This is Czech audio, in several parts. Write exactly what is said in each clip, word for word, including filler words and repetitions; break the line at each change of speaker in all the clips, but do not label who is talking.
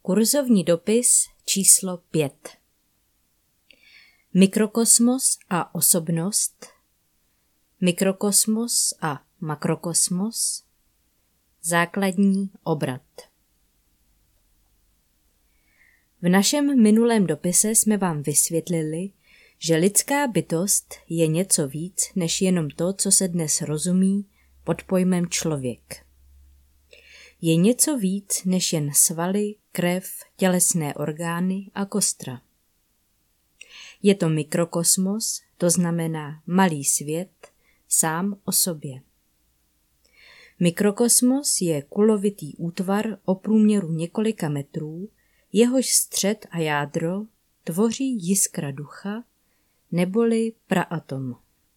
Kurzovní dopis číslo pět. Mikrokosmos a osobnost, mikrokosmos a makrokosmos, základní obrat. V našem minulém dopise jsme vám vysvětlili, že lidská bytost je něco víc než jenom to, co se dnes rozumí pod pojmem člověk. Je něco víc než jen svaly, krev, tělesné orgány a kostra. Je to mikrokosmos, to znamená malý svět, sám o sobě. Mikrokosmos je kulovitý útvar o průměru několika metrů, jehož střed a jádro tvoří jiskra ducha, neboli praatom.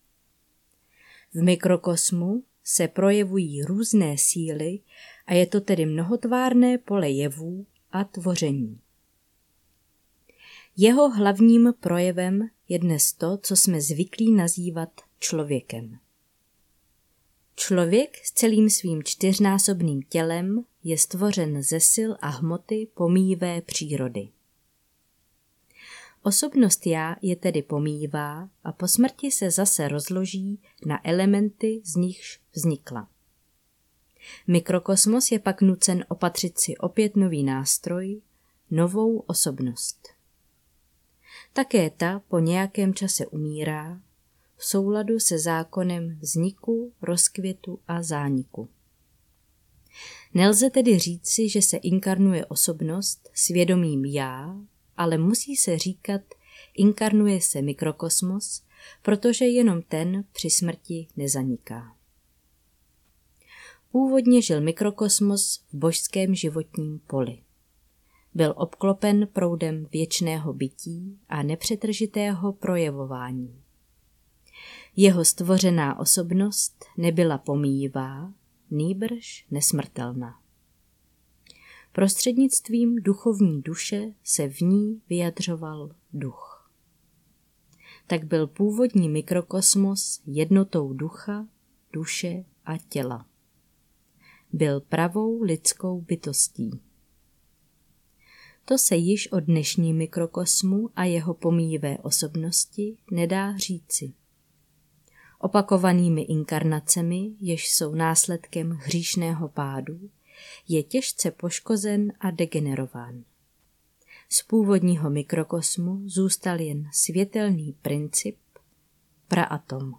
V mikrokosmu se projevují různé síly a je to tedy mnohotvárné pole jevů a tvoření. Jeho hlavním projevem je dnes to, co jsme zvyklí nazývat člověkem. Člověk s celým svým čtyřnásobným tělem je stvořen ze sil a hmoty pomíjivé přírody. Osobnost já je tedy pomíjivá a po smrti se zase rozloží na elementy, z nichž vznikla. Mikrokosmos je pak nucen opatřit si opět nový nástroj, novou osobnost. Také ta po nějakém čase umírá v souladu se zákonem vzniku, rozkvětu a zániku. Nelze tedy říci, že se inkarnuje osobnost svědomím já, ale musí se říkat, inkarnuje se mikrokosmos, protože jenom ten při smrti nezaniká. Původně žil mikrokosmos v božském životním poli. Byl obklopen proudem věčného bytí a nepřetržitého projevování. Jeho stvořená osobnost nebyla pomíjivá, nýbrž nesmrtelná. Prostřednictvím duchovní duše se v ní vyjadřoval duch. Tak byl původní mikrokosmos jednotou ducha, duše a těla. Byl pravou lidskou bytostí. To se již o dnešní mikrokosmu a jeho pomíjivé osobnosti nedá říci. Opakovanými inkarnacemi, jež jsou následkem hříšného pádu, je těžce poškozen a degenerován. Z původního mikrokosmu zůstal jen světelný princip, praatom.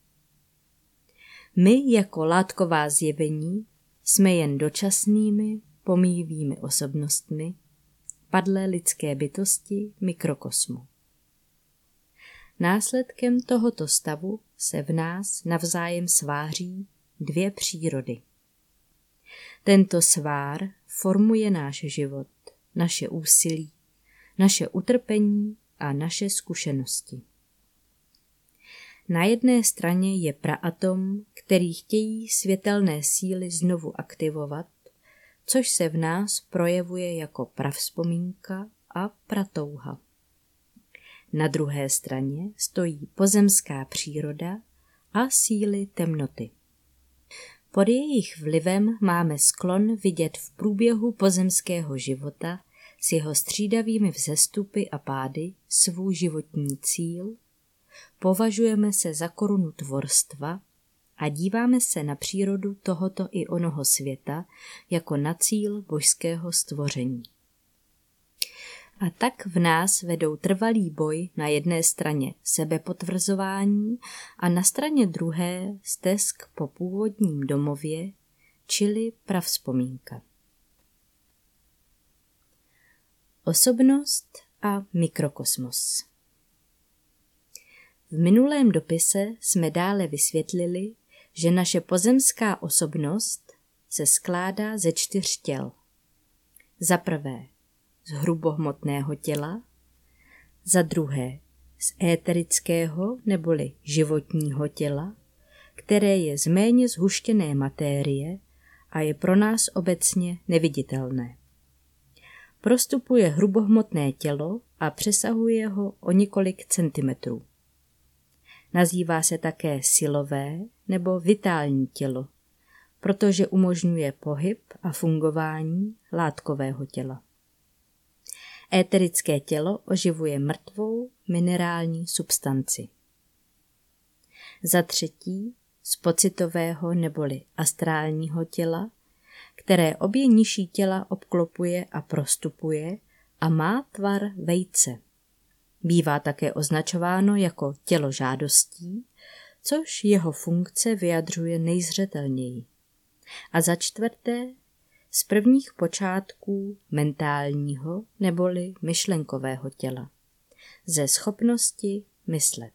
My jako látková zjevení jsme jen dočasnými, pomíjivými osobnostmi padlé lidské bytosti mikrokosmu. Následkem tohoto stavu se v nás navzájem sváří dvě přírody. Tento svár formuje náš život, naše úsilí, naše utrpení a naše zkušenosti. Na jedné straně je praatom, který chtějí světelné síly znovu aktivovat, což se v nás projevuje jako pravzpomínka a pratouha. Na druhé straně stojí pozemská příroda a síly temnoty. Pod jejich vlivem máme sklon vidět v průběhu pozemského života s jeho střídavými vzestupy a pády svůj životní cíl, považujeme se za korunu tvorstva a díváme se na přírodu tohoto i onoho světa jako na cíl božského stvoření. A tak v nás vedou trvalý boj na jedné straně sebepotvrzování a na straně druhé stesk po původním domově, čili pravzpomínka. Osobnost a mikrokosmos. V minulém dopise jsme dále vysvětlili, že naše pozemská osobnost se skládá ze čtyř těl. Za prvé z hrubohmotného těla, za druhé z éterického neboli životního těla, které je z méně zhuštěné matérie a je pro nás obecně neviditelné. Prostupuje hrubohmotné tělo a přesahuje ho o několik centimetrů. Nazývá se také silové nebo vitální tělo, protože umožňuje pohyb a fungování látkového těla. Éterické tělo oživuje mrtvou minerální substanci. Za třetí, z pocitového neboli astrálního těla, které obě nižší těla obklopuje a prostupuje a má tvar vejce. Bývá také označováno jako tělo žádostí, což jeho funkce vyjadřuje nejzřetelněji. A za čtvrté, z prvních počátků mentálního neboli myšlenkového těla, ze schopnosti myslet.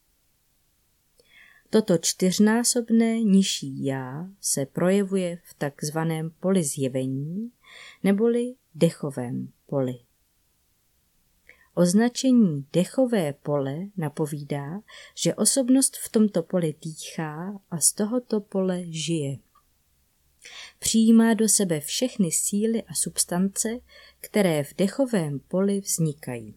Toto čtyřnásobné nižší já se projevuje v takzvaném poli zjevení neboli dechovém poli. Označení dechové pole napovídá, že osobnost v tomto poli dýchá a z tohoto pole žije. Přijímá do sebe všechny síly a substance, které v dechovém poli vznikají.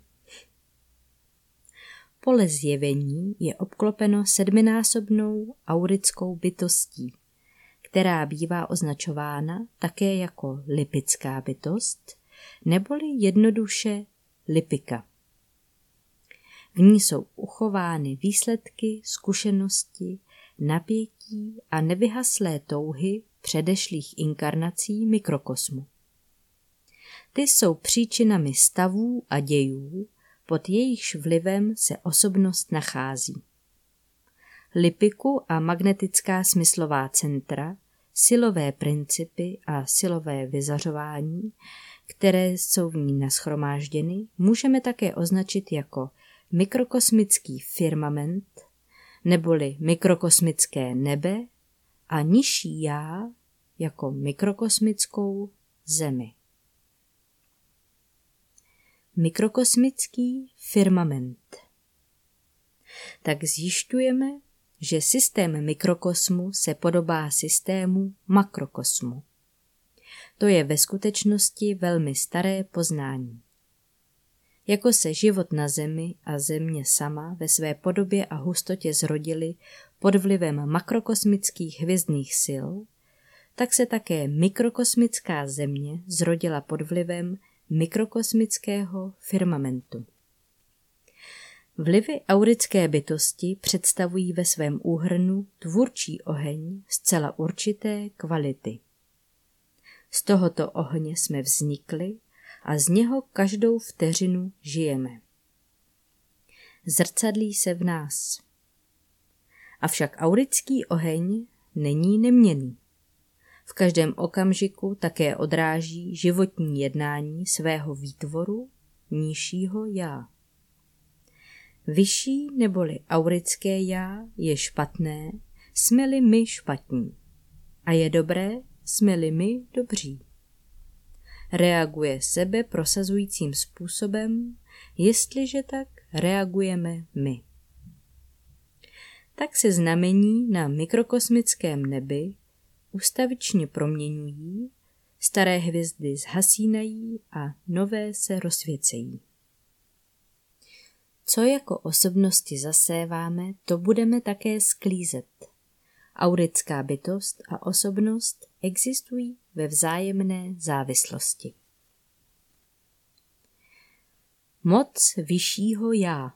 Pole zjevení je obklopeno sedminásobnou aurickou bytostí, která bývá označována také jako lipická bytost, neboli jednoduše lipika. V ní jsou uchovány výsledky, zkušenosti, napětí a nevyhaslé touhy předešlých inkarnací mikrokosmu. Ty jsou příčinami stavů a dějů, pod jejichž vlivem se osobnost nachází. Lipiku a magnetická smyslová centra, silové principy a silové vyzařování, které jsou v ní nashromážděny, můžeme také označit jako mikrokosmický firmament, neboli mikrokosmické nebe a nižší já jako mikrokosmickou zemi. Mikrokosmický firmament. Tak zjišťujeme, že systém mikrokosmu se podobá systému makrokosmu. To je ve skutečnosti velmi staré poznání. Jako se život na Zemi a Země sama ve své podobě a hustotě zrodily pod vlivem makrokosmických hvězdných sil, tak se také mikrokosmická Země zrodila pod vlivem mikrokosmického firmamentu. Vlivy aurické bytosti představují ve svém úhrnu tvůrčí oheň zcela určité kvality. Z tohoto ohně jsme vznikli a z něho každou vteřinu žijeme. Zrcadlí se v nás. Avšak aurický oheň není neměnný. V každém okamžiku také odráží životní jednání svého výtvoru, nižšího já. Vyšší neboli aurické já je špatné, jsme-li my špatní. A je dobré, jsme-li my dobří. Reaguje sebe prosazujícím způsobem, jestliže tak reagujeme my. Tak se znamení na mikrokosmickém nebi ustavičně proměňují, staré hvězdy zhasínají a nové se rozsvěcejí. Co jako osobnosti zaséváme, to budeme také sklízet. Aurická bytost a osobnost existují ve vzájemné závislosti. Moc vyššího já.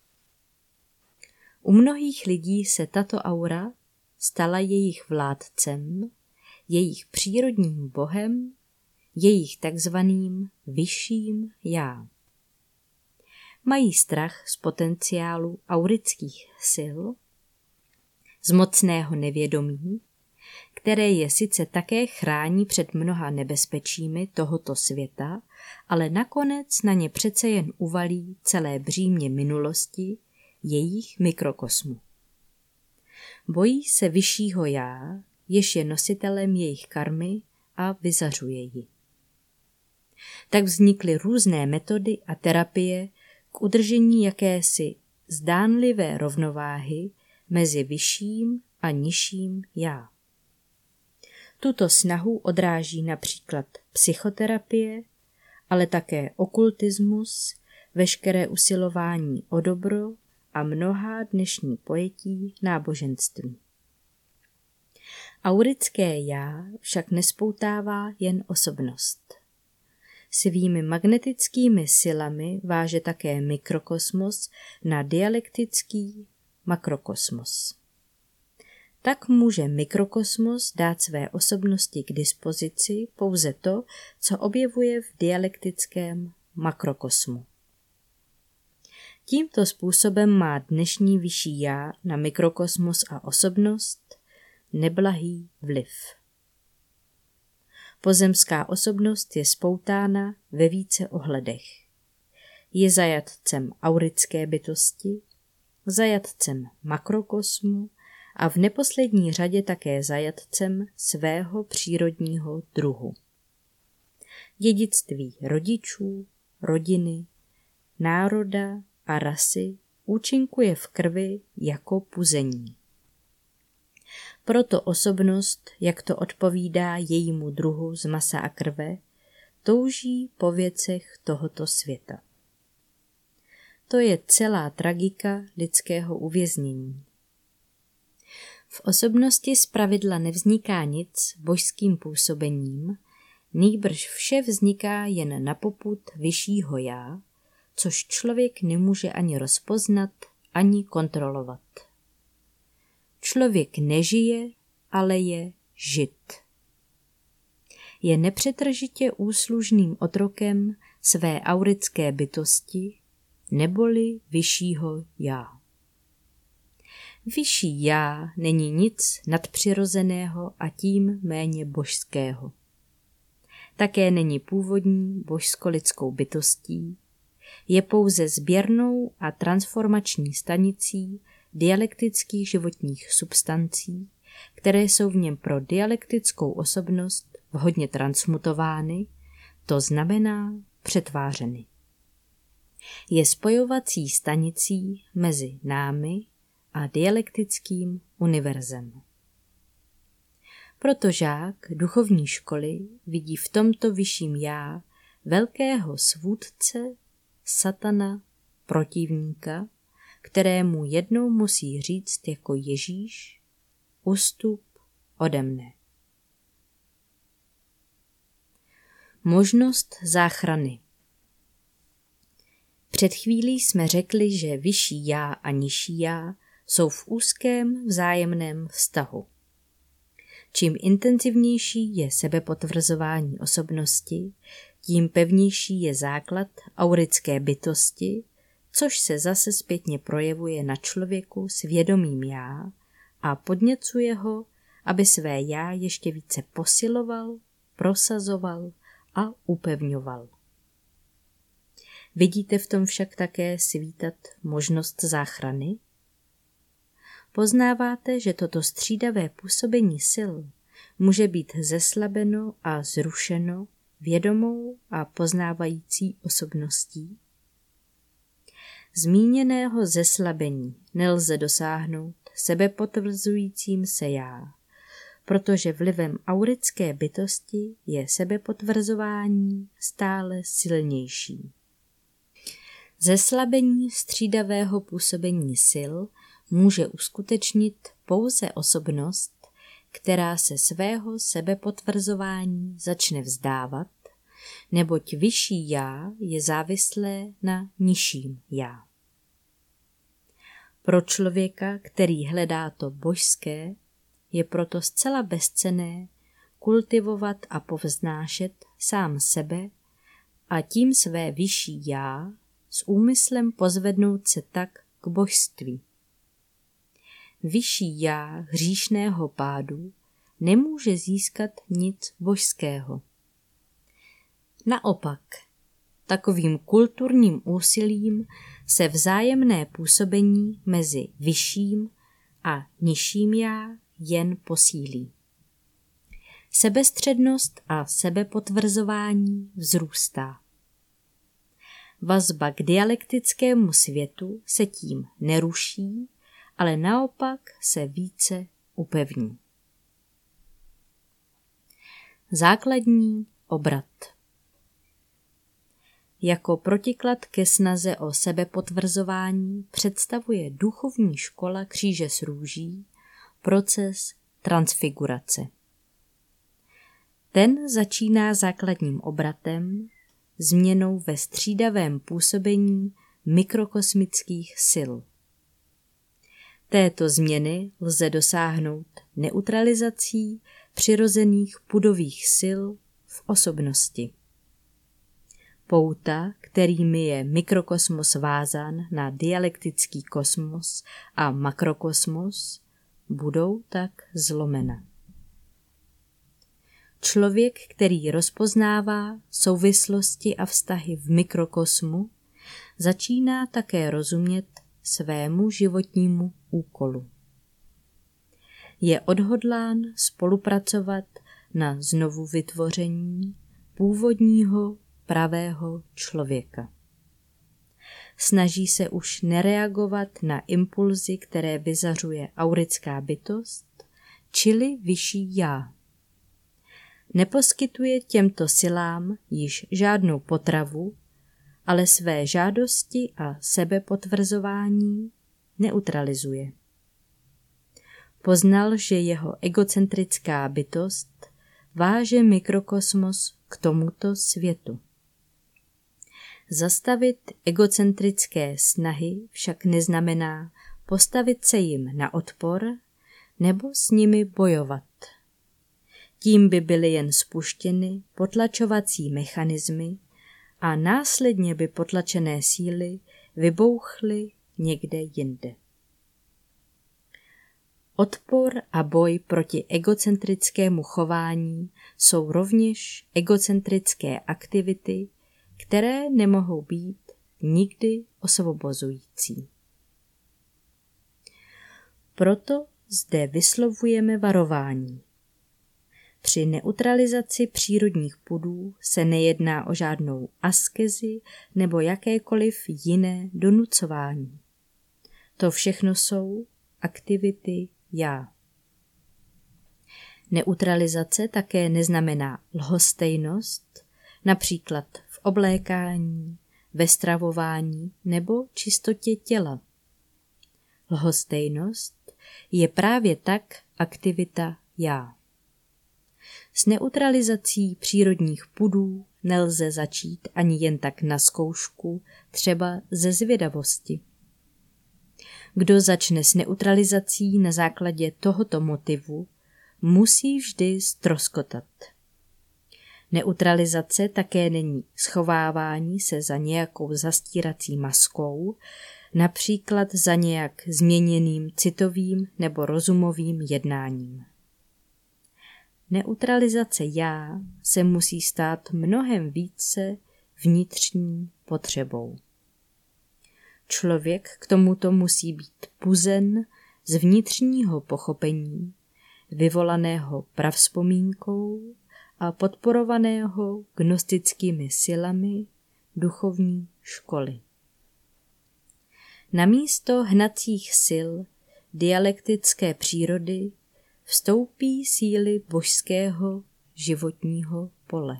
U mnohých lidí se tato aura stala jejich vládcem, jejich přírodním bohem, jejich takzvaným vyšším já. Mají strach z potenciálu aurických sil, z mocného nevědomí, které je sice také chrání před mnoha nebezpečími tohoto světa, ale nakonec na ně přece jen uvalí celé břímě minulosti jejich mikrokosmu. Bojí se vyššího já, jež je nositelem jejich karmy a vyzařuje ji. Tak vznikly různé metody a terapie k udržení jakési zdánlivé rovnováhy mezi vyšším a nižším já. Tuto snahu odráží například psychoterapie, ale také okultismus, veškeré usilování o dobro a mnohá dnešní pojetí náboženství. Aurické já však nespoutává jen osobnost. Svými magnetickými silami váže také mikrokosmos na dialektický makrokosmos. Tak může mikrokosmos dát své osobnosti k dispozici pouze to, co objevuje v dialektickém makrokosmu. Tímto způsobem má dnešní vyšší já na mikrokosmos a osobnost neblahý vliv. Pozemská osobnost je spoutána ve více ohledech. Je zajatcem aurické bytosti, zajatcem makrokosmu a v neposlední řadě také zajatcem svého přírodního druhu. Dědictví rodičů, rodiny, národa a rasy účinkuje v krvi jako puzení. Proto osobnost, jak to odpovídá jejímu druhu z masa a krve, touží po věcech tohoto světa. To je celá tragika lidského uvěznění. V osobnosti zpravidla nevzniká nic božským působením, nýbrž vše vzniká jen na popud vyššího já, což člověk nemůže ani rozpoznat, ani kontrolovat. Člověk nežije, ale je žit. Je nepřetržitě úslužným otrokem své aurické bytosti, neboli vyššího já. Vyšší já není nic nadpřirozeného a tím méně božského. Také není původní božsko-lidskou bytostí, je pouze sběrnou a transformační stanicí dialektických životních substancí, které jsou v něm pro dialektickou osobnost vhodně transmutovány, to znamená přetvářeny. Je spojovací stanicí mezi námi a dialektickým univerzem. Proto žák duchovní školy vidí v tomto vyšším já velkého svůdce, satana, protivníka, kterému jednou musí říct jako Ježíš: ustup ode mne. Možnost záchrany. Před chvílí jsme řekli, že vyšší já a nižší já jsou v úzkém vzájemném vztahu. Čím intenzivnější je sebepotvrzování osobnosti, tím pevnější je základ aurické bytosti, což se zase zpětně projevuje na člověku s vědomým já a podněcuje ho, aby své já ještě více posiloval, prosazoval a upevňoval. Vidíte v tom však také svítat možnost záchrany? Poznáváte, že toto střídavé působení sil může být zeslabeno a zrušeno vědomou a poznávající osobností? Zmíněného zeslabení nelze dosáhnout sebepotvrzujícím se já, protože vlivem aurické bytosti je sebepotvrzování stále silnější. Zeslabení střídavého působení sil může uskutečnit pouze osobnost, která se svého sebepotvrzování začne vzdávat, neboť vyšší já je závislé na nižším já. Pro člověka, který hledá to božské, je proto zcela bezcenné kultivovat a povznášet sám sebe a tím své vyšší já s úmyslem pozvednout se tak k božství. Vyšší já hříšného pádu nemůže získat nic božského. Naopak, takovým kulturním úsilím se vzájemné působení mezi vyšším a nižším já jen posílí. Sebestřednost a sebepotvrzování vzrůstá. Vazba k dialektickému světu se tím neruší, ale naopak se více upevní. Základní obrat. Jako protiklad ke snaze o sebepotvrzování představuje duchovní škola kříže s růží proces transfigurace. Ten začíná základním obratem, změnou ve střídavém působení mikrokosmických sil. Této změny lze dosáhnout neutralizací přirozených pudových sil v osobnosti. Pouta, kterými je mikrokosmos vázán na dialektický kosmos a makrokosmos, budou tak zlomena. Člověk, který rozpoznává souvislosti a vztahy v mikrokosmu, začíná také rozumět svému životnímu úkolu. Je odhodlán spolupracovat na znovu vytvoření původního pravého člověka. Snaží se už nereagovat na impulzy, které vyzařuje aurická bytost, čili vyšší já. Neposkytuje těmto silám již žádnou potravu, ale své žádosti a sebepotvrzování neutralizuje. Poznal, že jeho egocentrická bytost váže mikrokosmos k tomuto světu. Zastavit egocentrické snahy však neznamená postavit se jim na odpor nebo s nimi bojovat. Tím by byly jen spuštěny potlačovací mechanismy a následně by potlačené síly vybouchly někde jinde. Odpor a boj proti egocentrickému chování jsou rovněž egocentrické aktivity, které nemohou být nikdy osvobozující. Proto zde vyslovujeme varování. Při neutralizaci přírodních pudů se nejedná o žádnou askezi nebo jakékoliv jiné donucování. To všechno jsou aktivity já. Neutralizace také neznamená lhostejnost, například v oblékání, ve stravování nebo čistotě těla. Lhostejnost je právě tak aktivita já. S neutralizací přírodních pudů nelze začít ani jen tak na zkoušku, třeba ze zvědavosti. Kdo začne s neutralizací na základě tohoto motivu, musí vždy ztroskotat. Neutralizace také není schovávání se za nějakou zastírací maskou, například za nějak změněným citovým nebo rozumovým jednáním. Neutralizace já se musí stát mnohem více vnitřní potřebou. Člověk k tomuto musí být puzen z vnitřního pochopení, vyvolaného pravzpomínkou a podporovaného gnostickými silami duchovní školy. Namísto hnacích sil dialektické přírody vstoupí síly božského životního pole.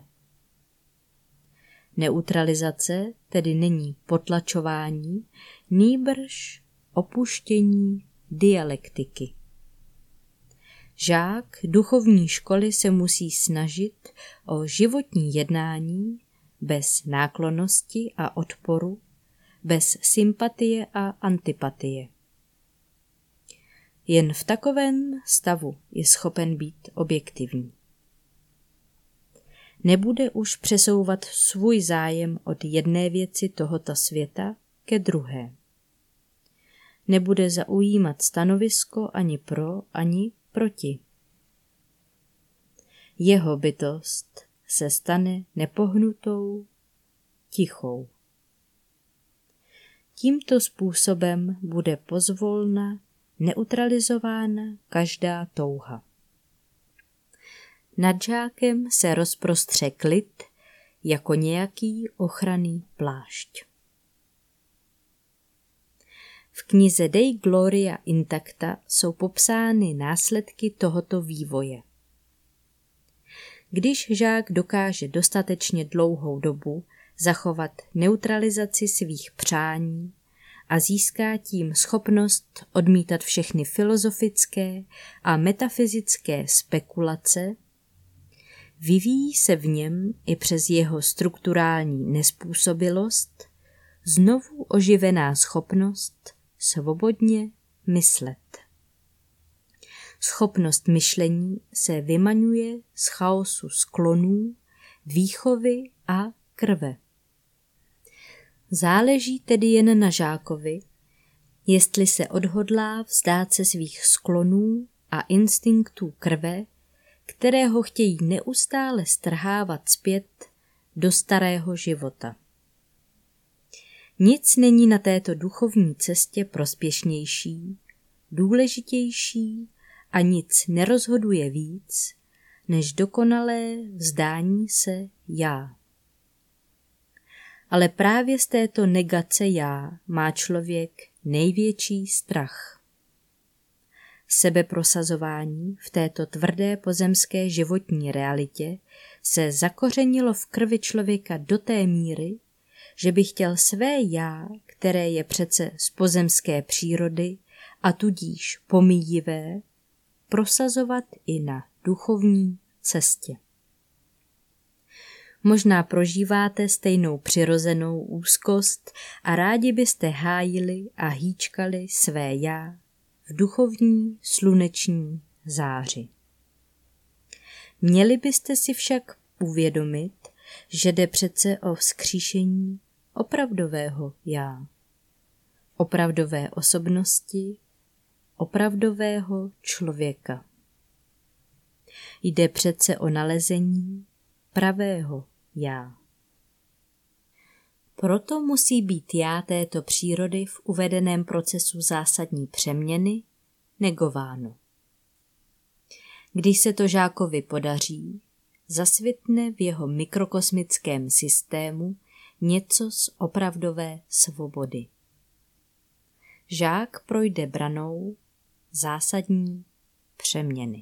Neutralizace tedy není potlačování, nýbrž opuštění dialektiky. Žák duchovní školy se musí snažit o životní jednání bez náklonnosti a odporu, bez sympatie a antipatie. Jen v takovém stavu je schopen být objektivní. Nebude už přesouvat svůj zájem od jedné věci tohoto světa ke druhé. Nebude zaujímat stanovisko ani pro, ani proti. Jeho bytost se stane nepohnutou, tichou. Tímto způsobem bude pozvolna neutralizována každá touha. Nad žákem se rozprostře klid jako nějaký ochranný plášť. V knize Dei Gloria Intacta jsou popsány následky tohoto vývoje. Když žák dokáže dostatečně dlouhou dobu zachovat neutralizaci svých přání a získá tím schopnost odmítat všechny filozofické a metafyzické spekulace, vyvíjí se v něm i přes jeho strukturální nezpůsobilost znovu oživená schopnost svobodně myslet. Schopnost myšlení se vymaňuje z chaosu sklonů, výchovy a krve. Záleží tedy jen na žákovi, jestli se odhodlá vzdát se svých sklonů a instinktů krve, které ho chtějí neustále strhávat zpět do starého života. Nic není na této duchovní cestě prospěšnější, důležitější a nic nerozhoduje víc, než dokonalé vzdání se já. Ale právě z této negace já má člověk největší strach. Sebeprosazování v této tvrdé pozemské životní realitě se zakořenilo v krvi člověka do té míry, že by chtěl své já, které je přece z pozemské přírody a tudíž pomíjivé, prosazovat i na duchovní cestě. Možná prožíváte stejnou přirozenou úzkost a rádi byste hájili a hýčkali své já v duchovní sluneční záři. Měli byste si však uvědomit, že jde přece o vzkříšení opravdového já, opravdové osobnosti, opravdového člověka. Jde přece o nalezení pravého já. Proto musí být já této přírody v uvedeném procesu zásadní přeměny negováno. Když se to žákovi podaří, zasvitne v jeho mikrokosmickém systému něco z opravdové svobody. Žák projde branou zásadní přeměny.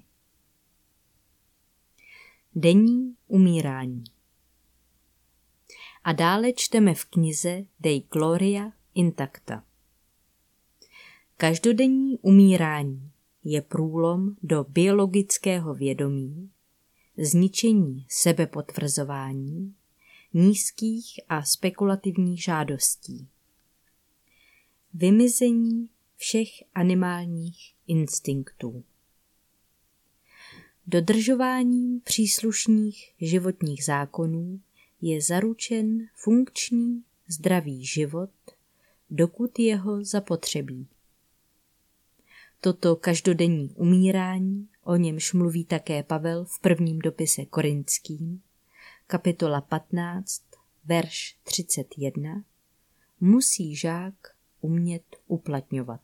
Denní umírání. A dále čteme v knize Dei Gloria Intacta. Každodenní umírání je průlom do biologického vědomí, zničení sebepotvrzování, nízkých a spekulativních žádostí, vymizení všech animálních instinktů. Dodržováním příslušných životních zákonů je zaručen funkční, zdravý život, dokud jeho zapotřebí. Toto každodenní umírání, o němž mluví také Pavel v prvním dopise Korinským, kapitola patnáct, verš třicet jedna, musí žák umět uplatňovat.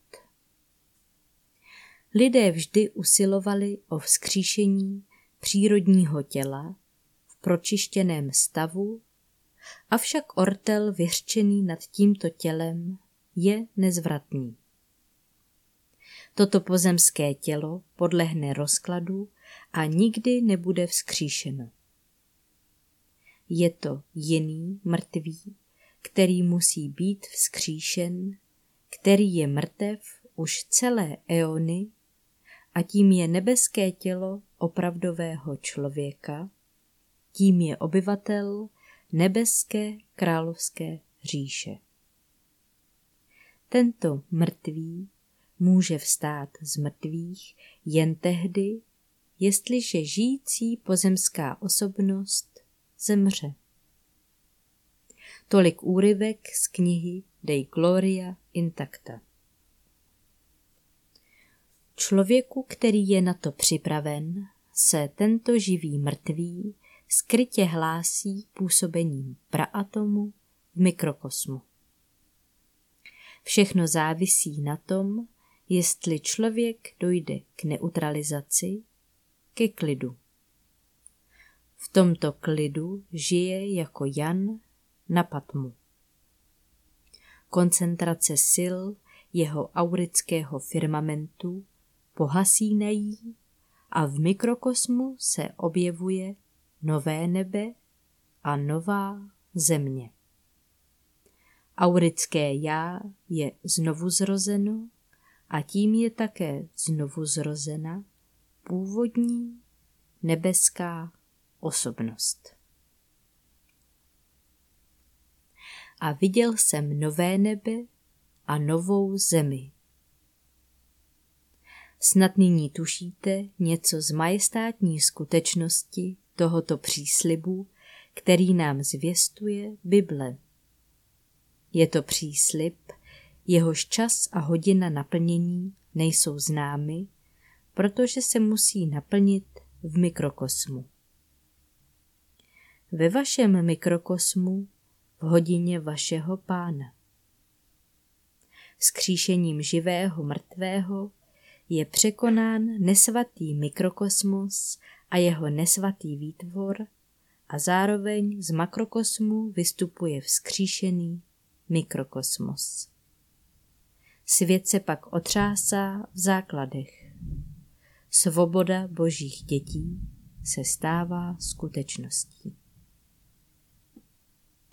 Lidé vždy usilovali o vzkříšení přírodního těla v pročištěném stavu, avšak ortel vyřčený nad tímto tělem je nezvratný. Toto pozemské tělo podlehne rozkladu a nikdy nebude vzkříšeno. Je to jiný mrtvý, který musí být vzkříšen, který je mrtev už celé eony, a tím je nebeské tělo opravdového člověka, tím je obyvatel nebeské královské říše. Tento mrtvý může vstát z mrtvých jen tehdy, jestliže žijící pozemská osobnost zemře. Tolik úryvek z knihy Dei Gloria Intacta. Člověku, který je na to připraven, se tento živý mrtvý skrytě hlásí působením praatomu v mikrokosmu. Všechno závisí na tom, jestli člověk dojde k neutralizaci, ke klidu. V tomto klidu žije jako Jan na Patmu. Koncentrace sil jeho aurického firmamentu pohasínají a v mikrokosmu se objevuje nové nebe a nová země. Aurické já je znovu zrozeno a tím je také znovu zrozena původní nebeská osobnost. A viděl jsem nové nebe a novou zemi. Snad nyní tušíte něco z majestátní skutečnosti tohoto příslibu, který nám zvěstuje Bible. Je to příslib, jehož čas a hodina naplnění nejsou známy, protože se musí naplnit v mikrokosmu. Ve vašem mikrokosmu v hodině vašeho Pána. Vzkříšením živého mrtvého je překonán nesvatý mikrokosmos a jeho nesvatý výtvor a zároveň z makrokosmu vystupuje vzkříšený mikrokosmos. Svět se pak otřásá v základech. Svoboda božích dětí se stává skutečností.